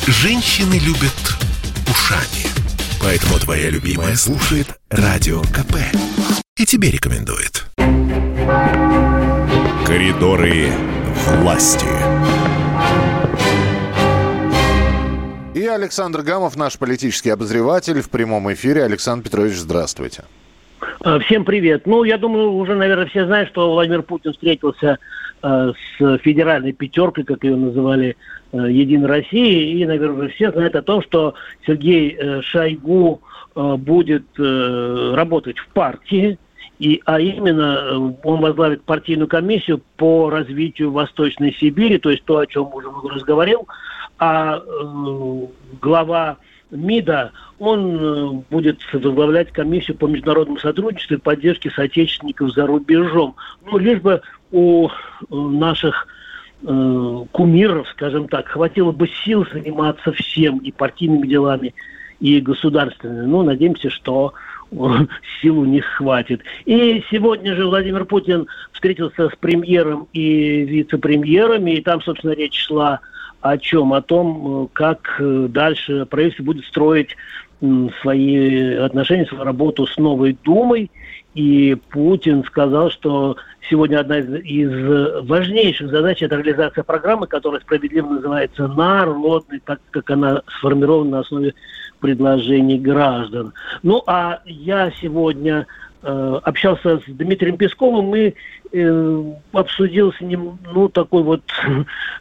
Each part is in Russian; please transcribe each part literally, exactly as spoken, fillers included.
Женщины любят ушами. Поэтому твоя любимая слушает Радио КП. И тебе рекомендует. Коридоры власти. И Александр Гамов, наш политический обозреватель, в прямом эфире. Александр Петрович, здравствуйте. Всем привет. Ну, я думаю, уже, наверное, все знают, что Владимир Путин встретился э, с федеральной пятеркой, как ее называли, э, Единой России. И, наверное, все знают о том, что Сергей э, Шойгу э, будет э, работать в партии. И, а именно, э, он возглавит партийную комиссию по развитию Восточной Сибири, то есть то, о чем уже много раз говорил. А э, глава МИДа, он будет возглавлять комиссию по международному сотрудничеству и поддержке соотечественников за рубежом. Ну, лишь бы у наших э, кумиров, скажем так, хватило бы сил заниматься всем, и партийными делами, и государственными. Ну, надеемся, что сил у них хватит. И сегодня же Владимир Путин встретился с премьером и вице-премьерами, и там, собственно, речь шла о чем? О том, как дальше правительство будет строить свои отношения, свою работу с новой Думой. И Путин сказал, что сегодня одна из, из важнейших задач – это реализация программы, которая справедливо называется «Народной», так как она сформирована на основе предложений граждан. Ну, а я сегодня э, общался с Дмитрием Песковым, мы э, обсудил с ним, ну, такой вот, э,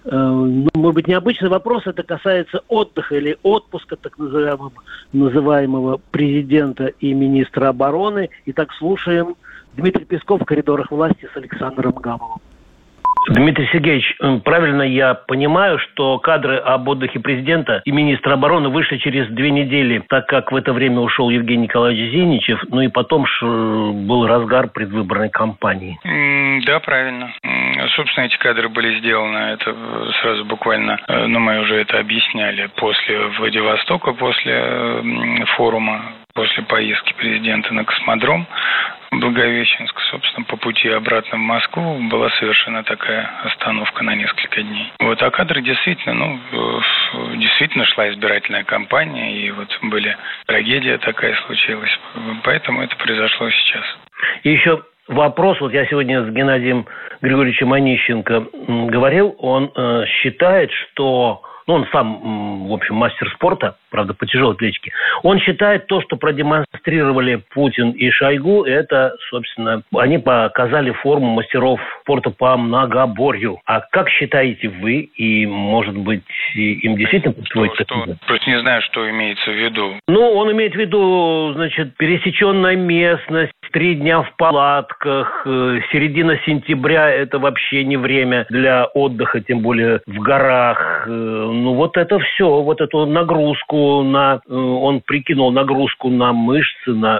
ну, может быть, необычный вопрос. Это касается отдыха или отпуска так называемого, называемого президента и министра обороны. Итак, слушаем Дмитрий Песков в коридорах власти с Александром Гамовым. Дмитрий Сергеевич, правильно я понимаю, что кадры об отдыхе президента и министра обороны вышли через две недели, так как в это время ушел Евгений Николаевич Зиничев, ну и потом был разгар предвыборной кампании? Да, правильно. Собственно, эти кадры были сделаны, это сразу буквально, ну мы уже это объясняли, после Владивостока, после форума, после поездки президента на космодром Благовещенск, собственно, по пути обратно в Москву была совершена такая остановка на несколько дней. Вот, а кадры действительно, ну, действительно шла избирательная кампания, и вот были, трагедия такая случилась, поэтому это произошло сейчас. И еще вопрос, вот я сегодня с Геннадием Григорьевичем Онищенко говорил, он э, считает, что, ну, он сам, в общем, мастер спорта, правда, по тяжелой атлетике, он считает то, что продемонстрировали Путин и Шойгу, это, собственно, они показали форму мастеров спорта по многоборью. А как считаете вы, и, может быть, им действительно подходит такое? Просто не знаю, что имеется в виду. Ну, он имеет в виду, значит, пересеченная местность, три дня в палатках, середина сентября – это вообще не время для отдыха, тем более в горах. Ну, вот это все, вот эту нагрузку на... Он прикинул нагрузку на мышцы, на,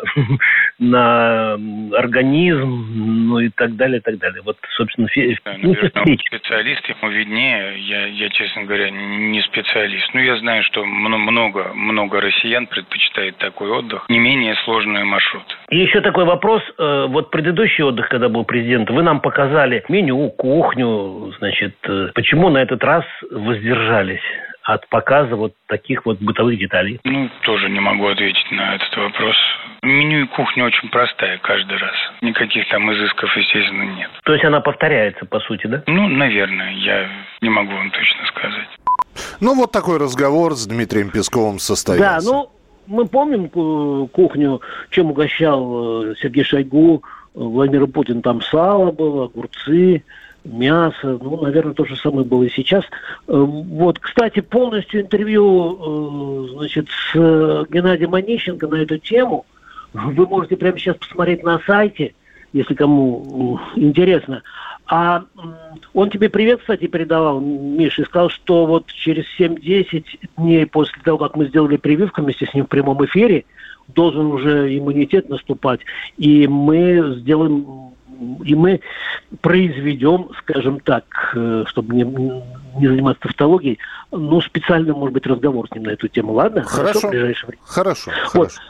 на организм, ну и так далее, и так далее. Вот, собственно, фи... да, наверное, специалист, ему виднее. Я, я, честно говоря, не специалист. Но я знаю, что много, много россиян предпочитает такой отдых, не менее сложный маршрут. И еще такой вопрос. Вот предыдущий отдых, когда был президент, вы нам показали меню, кухню, значит, почему на этот раз воздержались от показа вот таких вот бытовых деталей? Ну, тоже не могу ответить на этот вопрос. Меню и кухня очень простая каждый раз. Никаких там изысков, естественно, нет. То есть она повторяется, по сути, да? Ну, наверное, я не могу вам точно сказать. Ну, вот такой разговор с Дмитрием Песковым состоялся. Да, ну, мы помним кухню, чем угощал Сергей Шойгу, Владимир Путин. Там сало было, огурцы, мясо. Ну, наверное, то же самое было и сейчас. Вот, кстати, полностью интервью, значит, с Геннадием Онищенко на эту тему вы можете прямо сейчас посмотреть на сайте, если кому интересно. А он тебе привет, кстати, передавал, Миша, и сказал, что вот через семь-десять дней после того, как мы сделали прививку вместе с ним в прямом эфире, должен уже иммунитет наступать. И мы сделаем, и мы произведем, скажем так, чтобы не, не заниматься тавтологией, ну, специально, может быть, разговор с ним на эту тему. Ладно? Хорошо. Хорошо, в ближайшее время. Хорошо, вот. хорошо.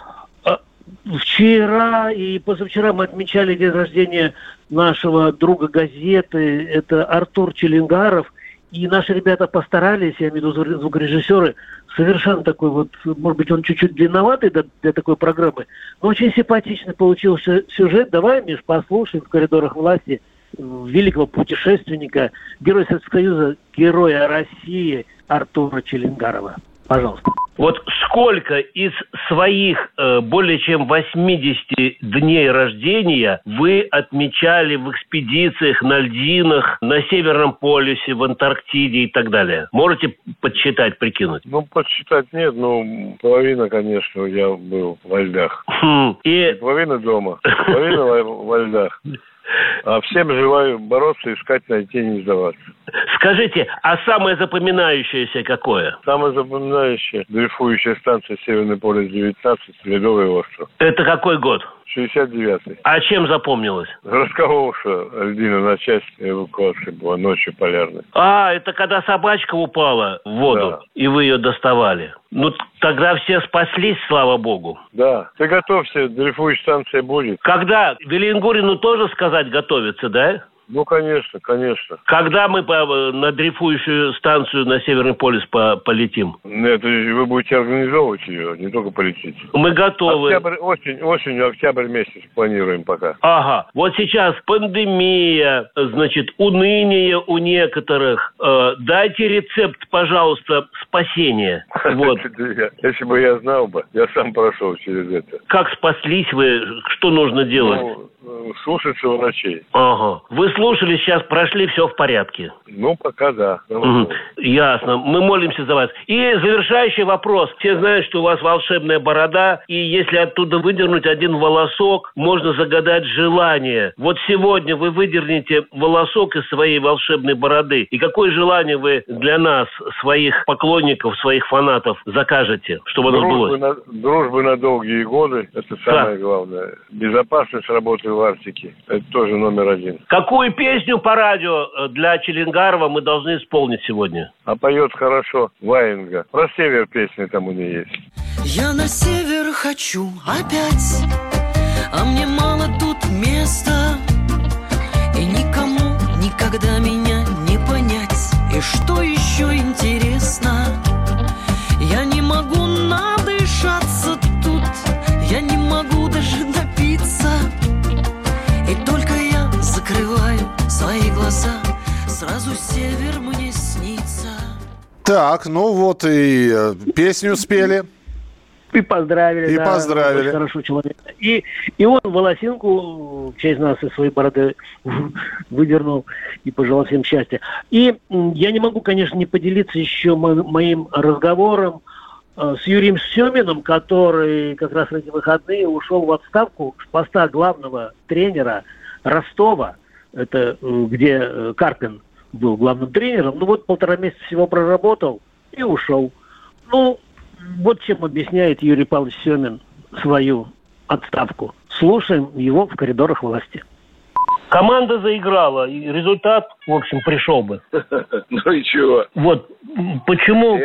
Вчера и позавчера мы отмечали день рождения нашего друга газеты, это Артур Челенгаров, И наши ребята постарались, я имею в виду звукорежиссеры, совершенно такой вот, может быть, он чуть-чуть длинноватый для, для такой программы, но очень симпатичный получился сюжет. Давай, Миш, послушаем в коридорах власти великого путешественника, героя Советского Союза, героя России Артура Челенгарова. Пожалуйста. Вот сколько из своих э, более чем восьмидесяти дней рождения вы отмечали в экспедициях на льдинах, на Северном полюсе, в Антарктиде и так далее? Можете подсчитать, прикинуть? Ну, подсчитать нет, но половина, конечно, я был во льдах. Хм. И... И половина дома, половина во, во льдах. А всем желаю бороться, искать, найти, не сдаваться. Скажите, а самое запоминающееся какое? Самое запоминающее — дрейфующая станция Северный полюс девятнадцать, Ледовый остров. Это какой год? шестьдесят девятый. А чем запомнилось? Раскололся льдина на части, эвакуация была ночью полярной. А, это когда собачка упала в воду, да. И вы ее доставали. Ну, тогда все спаслись, слава богу. Да. Ты готовься, дрейфующая станция будет. Когда? Велингурину тоже сказать готовиться, да? Ну, конечно, конечно. Когда мы по, на дрейфующую станцию на Северный полюс по, полетим? Нет, вы будете организовывать ее, не только полететь. Мы готовы. Октябрь, осень, осенью, октябрь месяц планируем пока. Ага. Вот сейчас пандемия, значит, уныние у некоторых. Э, дайте рецепт, пожалуйста, спасения. Вот. Если бы я знал бы, я сам прошел через это. Как спаслись вы? Что нужно делать? Ну, слушаться врачей. Ага. Вы слушали, сейчас прошли, все в порядке. Ну, пока да. Угу. Ясно. Мы молимся за вас. И завершающий вопрос. Все знают, что у вас волшебная борода, и если оттуда выдернуть один волосок, можно загадать желание. Вот сегодня вы выдернете волосок из своей волшебной бороды. И какое желание вы для нас, своих поклонников, своих фанатов, закажете, чтобы оно сбылось? На, дружбы на долгие годы. Это самое да. главное. Безопасность работы в Арктике. Это тоже номер один. Какую песню по радио для Челенгарова мы должны исполнить сегодня? А поет хорошо Ваенга. Про север песни там у нее есть. Я на север хочу опять, а мне мало тут места, и никому никогда меня не понять. И что еще интересно, я не могу надышаться тут, я не могу даже напиться. И только я закрываю свои глаза, сразу север мне снится. Так, ну вот и э, песню спели. И поздравили. И да, поздравили. Хорошо человек. И, и он волосинку в честь нас из своей бороды выдернул и пожелал всем счастья. И я не могу, конечно, не поделиться еще мо- моим разговором э, с Юрием Семиным, который как раз в эти выходные ушел в отставку с поста главного тренера Ростова. Это э, где э, Карпин был главным тренером. Ну вот полтора месяца всего проработал и ушел. Ну, вот чем объясняет Юрий Павлович Семин свою отставку. Слушаем его в коридорах власти. Команда заиграла, и результат, в общем, пришел бы. Ну и чего? Вот, почему...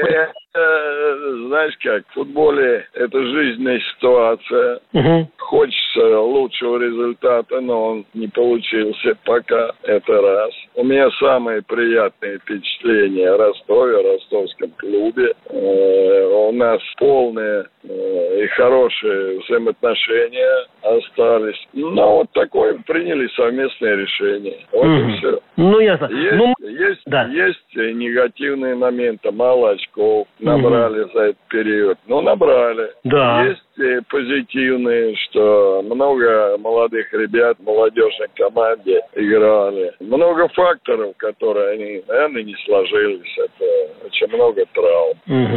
Знаешь как, в футболе это жизненная ситуация. Угу. Хочется лучшего результата, но он не получился пока. Это раз. У меня самые приятные впечатления о Ростове, о ростовском клубе. Э, у нас полные э, и хорошие взаимоотношения остались. Но вот такое приняли совместное решение. Вот угу. и все. Ну, ясно. Есть, ну, есть, да. есть негативные моменты. Мало очков набрали угу. за этот период. Ну, набрали. Да. Есть и позитивные, что много молодых ребят в молодежной команде играли. Много факторов, которые они, наверное, не сложились. Это очень много травм.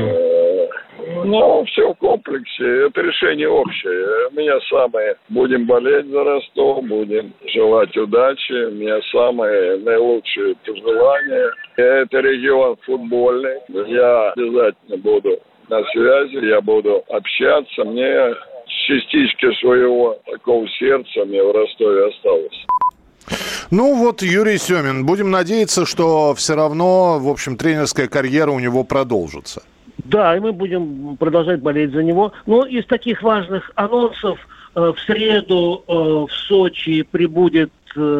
Угу. Но все в комплексе. Это решение общее. У меня самое... Будем болеть за Ростов, будем желать удачи. У меня самые наилучшие пожелания. Это регион футбольный. Я обязательно буду на связи, я буду общаться. Мне частичка своего такого сердца мне в Ростове осталось. Ну вот Юрий Семин. Будем надеяться, что все равно, в общем, тренерская карьера у него продолжится. Да, и мы будем продолжать болеть за него. Но из таких важных анонсов э, в среду э, в Сочи прибудет э,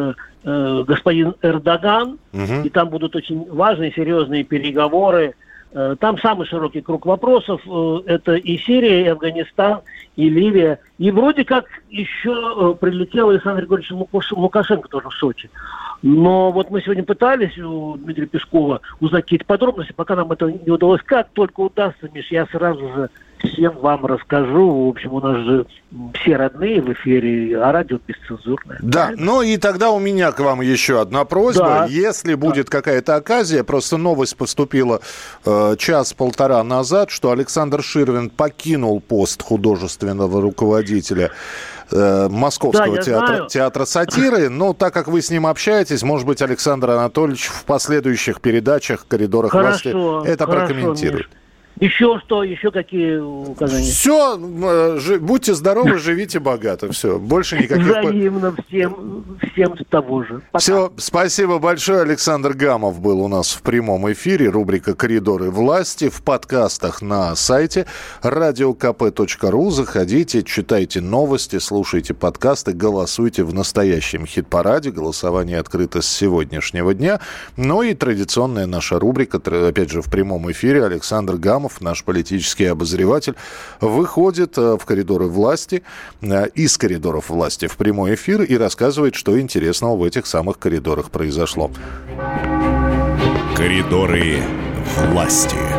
э, господин Эрдоган, угу. и там будут очень важные, серьезные переговоры. Э, там самый широкий круг вопросов. Э, это и Сирия, и Афганистан, и Ливия. И вроде как еще э, прилетел Александр Григорьевич Лукашенко тоже в Сочи. Но вот мы сегодня пытались у Дмитрия Пескова узнать какие-то подробности, пока нам это не удалось. Как только удастся, Миш, я сразу же всем вам расскажу. В общем, у нас же все родные в эфире, а радио бесцензурное. Да, ну и тогда у меня к вам еще одна просьба. Да. Если будет да. какая-то оказия, просто новость поступила э, час-полтора назад, что Александр Ширвинд покинул пост художественного руководителя э, Московского да, театра, театра сатиры. Но так как вы с ним общаетесь, может быть, Александр Анатольевич в последующих передачах «Коридорах хорошо, власти» это хорошо, прокомментирует. Миш. Еще что? Еще какие указания? Все, ж, будьте здоровы, живите богато. Все, больше никаких... Взаимно всем, всем того же. Пока. Все, спасибо большое. Александр Гамов был у нас в прямом эфире. Рубрика «Коридоры власти» в подкастах на сайте радио ка пэ точка ру. Заходите, читайте новости, слушайте подкасты, голосуйте в настоящем хит-параде. Голосование открыто с сегодняшнего дня. Ну и традиционная наша рубрика, опять же, в прямом эфире. Александр Гамов, наш политический обозреватель, выходит в коридоры власти, из коридоров власти в прямой эфир и рассказывает, что интересного в этих самых коридорах произошло. Коридоры власти.